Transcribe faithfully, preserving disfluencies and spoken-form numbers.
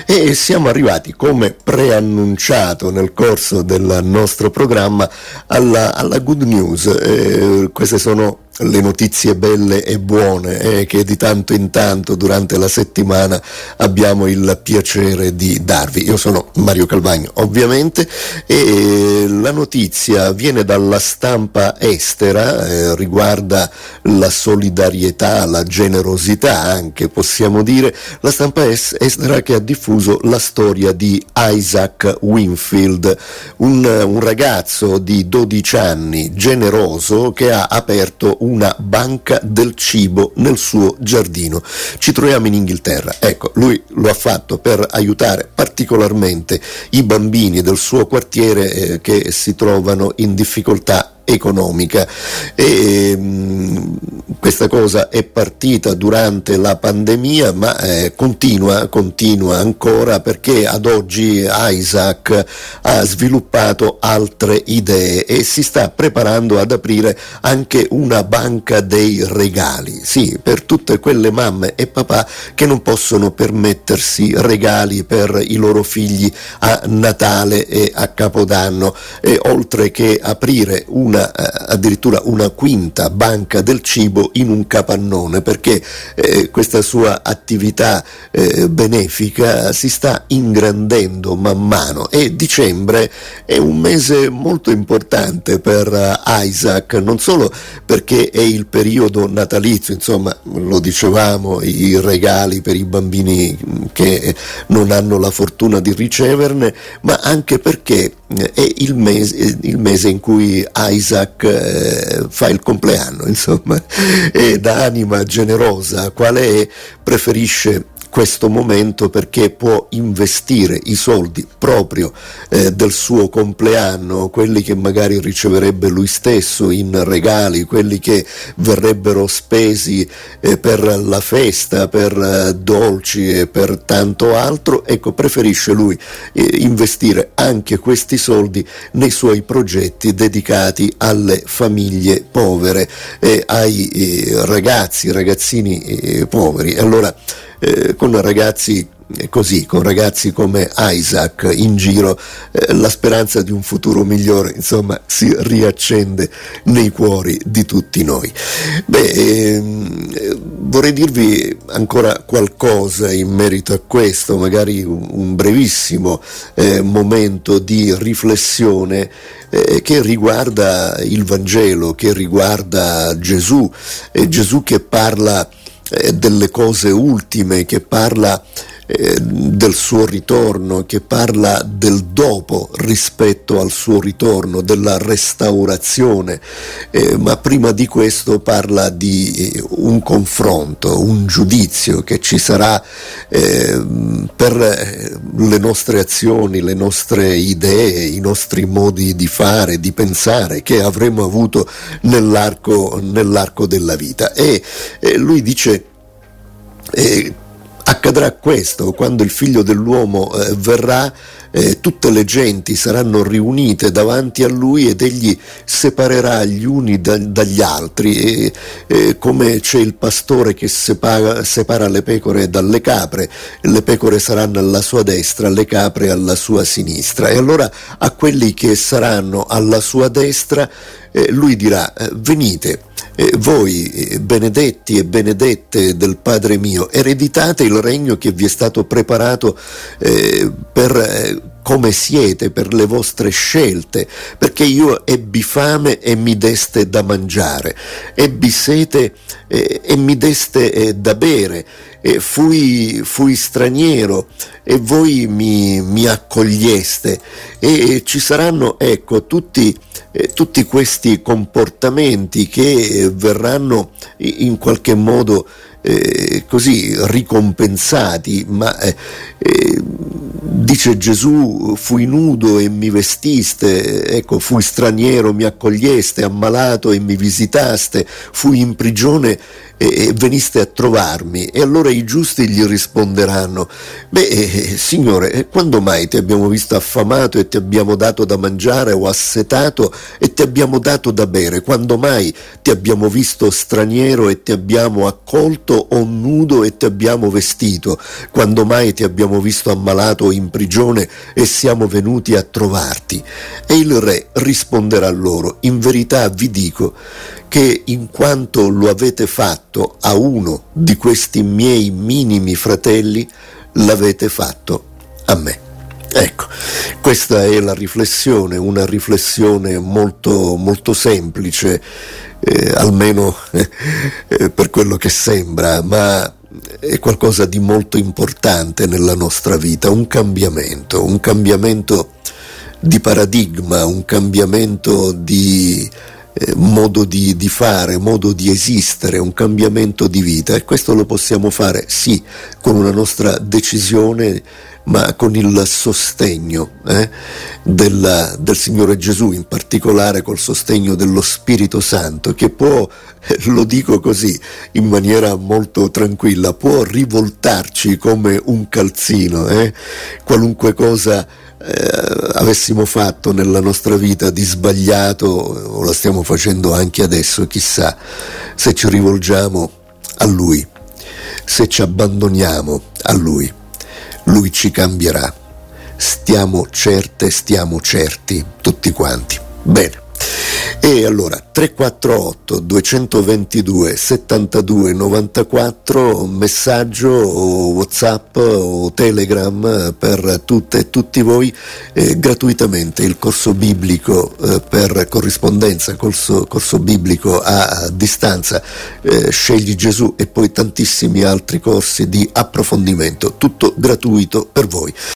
E siamo arrivati, come preannunciato nel corso del nostro programma, alla, alla good news. Eh, queste sono le notizie belle e buone eh, che di tanto in tanto durante la settimana abbiamo il piacere di darvi. Io sono Mario Calvagno, ovviamente, e la notizia viene dalla stampa estera, eh, riguarda la solidarietà, la generosità anche, possiamo dire, la stampa estera che ha diffuso la storia di Isaac Winfield, un, un ragazzo di dodici anni generoso che ha aperto una banca del cibo nel suo giardino. Ci troviamo in Inghilterra. Ecco, lui lo ha fatto per aiutare particolarmente i bambini del suo quartiere eh, che si trovano in difficoltà economica, e mh, questa cosa è partita durante la pandemia, ma eh, continua, continua ancora, perché ad oggi Isaac ha sviluppato altre idee e si sta preparando ad aprire anche una banca dei regali, sì, per tutte quelle mamme e papà che non possono permettersi regali per i loro figli a Natale e a Capodanno, e oltre che aprire una addirittura una quinta banca del cibo in un capannone, perché eh, questa sua attività eh, benefica si sta ingrandendo man mano, e dicembre è un mese molto importante per uh, Isaac, non solo perché è il periodo natalizio, insomma, lo dicevamo, i regali per i bambini che non hanno la fortuna di riceverne, ma anche perché è il mese, il mese in cui Isaac eh, fa il compleanno, insomma, e da anima generosa quale è, preferisce questo momento perché può investire i soldi proprio eh, del suo compleanno, quelli che magari riceverebbe lui stesso in regali, quelli che verrebbero spesi eh, per la festa, per eh, dolci e per tanto altro. Ecco, preferisce lui eh, investire anche questi soldi nei suoi progetti dedicati alle famiglie povere e ai eh, ragazzi, ragazzini eh, poveri. Allora, Eh, con ragazzi così, con ragazzi come Isaac in giro, eh, la speranza di un futuro migliore, insomma, si riaccende nei cuori di tutti noi. Beh, ehm, vorrei dirvi ancora qualcosa in merito a questo, magari un, un brevissimo eh, momento di riflessione eh, che riguarda il Vangelo, che riguarda Gesù, eh, Gesù che parla delle cose ultime, che parla eh, del suo ritorno, che parla del dopo rispetto al suo ritorno, della restaurazione, eh, ma prima di questo parla di eh, un confronto, un giudizio che ci sarà eh, per le nostre azioni, le nostre idee, i nostri modi di fare, di pensare che avremo avuto nell'arco, nell'arco della vita. E eh, lui dice eh, accadrà questo: quando il figlio dell'uomo eh, verrà, eh, tutte le genti saranno riunite davanti a lui ed egli separerà gli uni da, dagli altri, e, e come c'è il pastore che separa, separa le pecore dalle capre, le pecore saranno alla sua destra, le capre alla sua sinistra. E allora a quelli che saranno alla sua destra eh, lui dirà: eh, venite, Eh, voi eh, benedetti e benedette del Padre mio, ereditate il regno che vi è stato preparato eh, per eh, come siete, per le vostre scelte, perché io ebbi fame e mi deste da mangiare, ebbi sete eh, e mi deste eh, da bere, e fui, fui straniero e voi mi, mi accoglieste. E ci saranno, ecco, tutti Eh, tutti questi comportamenti che eh, verranno in qualche modo eh, così ricompensati, ma eh, eh, dice Gesù: fui nudo e mi vestiste, ecco, fui straniero, mi accoglieste, ammalato e mi visitaste, fui in prigione e veniste a trovarmi. E allora i giusti gli risponderanno: beh, eh, Signore, quando mai ti abbiamo visto affamato e ti abbiamo dato da mangiare, o assetato e ti abbiamo dato da bere? Quando mai ti abbiamo visto straniero e ti abbiamo accolto, o nudo e ti abbiamo vestito? Quando mai ti abbiamo visto ammalato o in prigione e siamo venuti a trovarti? E il re risponderà loro: in verità vi dico che in quanto lo avete fatto a uno di questi miei minimi fratelli, l'avete fatto a me. Ecco, questa è la riflessione, una riflessione molto, molto semplice, eh, almeno eh, per quello che sembra, ma è qualcosa di molto importante nella nostra vita, un cambiamento, un cambiamento di paradigma, un cambiamento di eh, modo di, di fare, modo di esistere, un cambiamento di vita. E questo lo possiamo fare sì con una nostra decisione, ma con il sostegno eh, della, del Signore Gesù, in particolare col sostegno dello Spirito Santo, che può, eh, lo dico così in maniera molto tranquilla, può rivoltarci come un calzino, eh, qualunque cosa eh, avessimo fatto nella nostra vita di sbagliato, o la stiamo facendo anche adesso, chissà, se ci rivolgiamo a Lui, se ci abbandoniamo a Lui, Lui ci cambierà. Stiamo certe, stiamo certi, tutti quanti. Bene. E allora tre quattro otto due due due settantadue novantaquattro, messaggio o WhatsApp o Telegram per tutte e tutti voi, eh, gratuitamente il corso biblico eh, per corrispondenza, corso, corso biblico a, a distanza, eh, Scegli Gesù, e poi tantissimi altri corsi di approfondimento, tutto gratuito per voi.